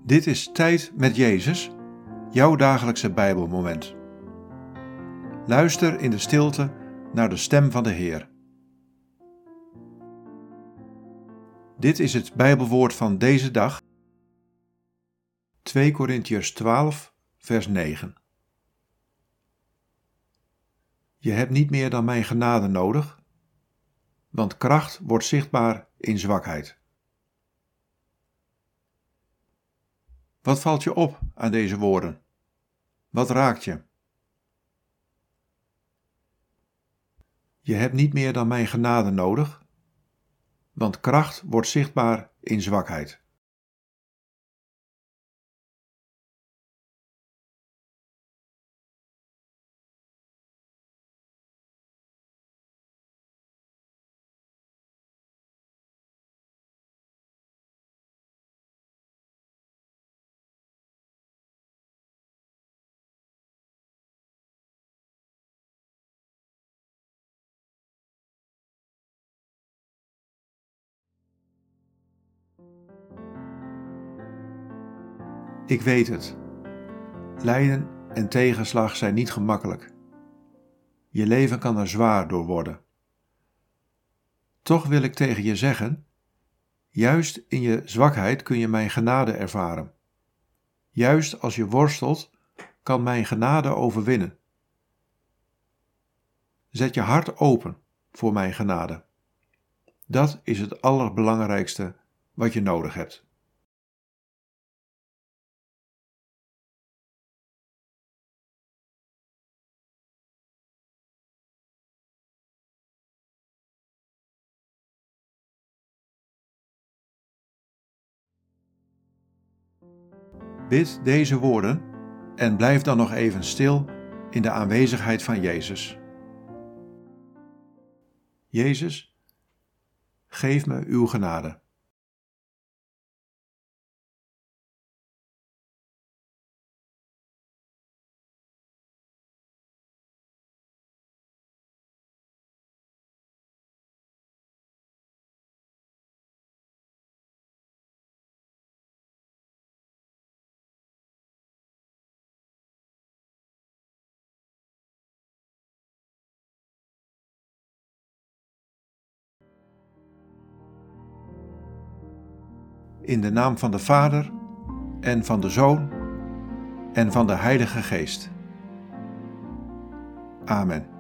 Dit is Tijd met Jezus, jouw dagelijkse Bijbelmoment. Luister in de stilte naar de stem van de Heer. Dit is het Bijbelwoord van deze dag, 2 Korintiërs 12, vers 9. Je hebt niet meer dan mijn genade nodig, want kracht wordt zichtbaar in zwakheid. Wat valt je op aan deze woorden? Wat raakt je? Je hebt niet meer dan mijn genade nodig, want kracht wordt zichtbaar in zwakheid. Ik weet het. Lijden en tegenslag zijn niet gemakkelijk. Je leven kan er zwaar door worden. Toch wil ik tegen je zeggen, juist in je zwakheid kun je mijn genade ervaren. Juist als je worstelt, kan mijn genade overwinnen. Zet je hart open voor mijn genade. Dat is het allerbelangrijkste wat je nodig hebt. Bid deze woorden en blijf dan nog even stil in de aanwezigheid van Jezus. Jezus, geef me uw genade. In de naam van de Vader en van de Zoon en van de Heilige Geest. Amen.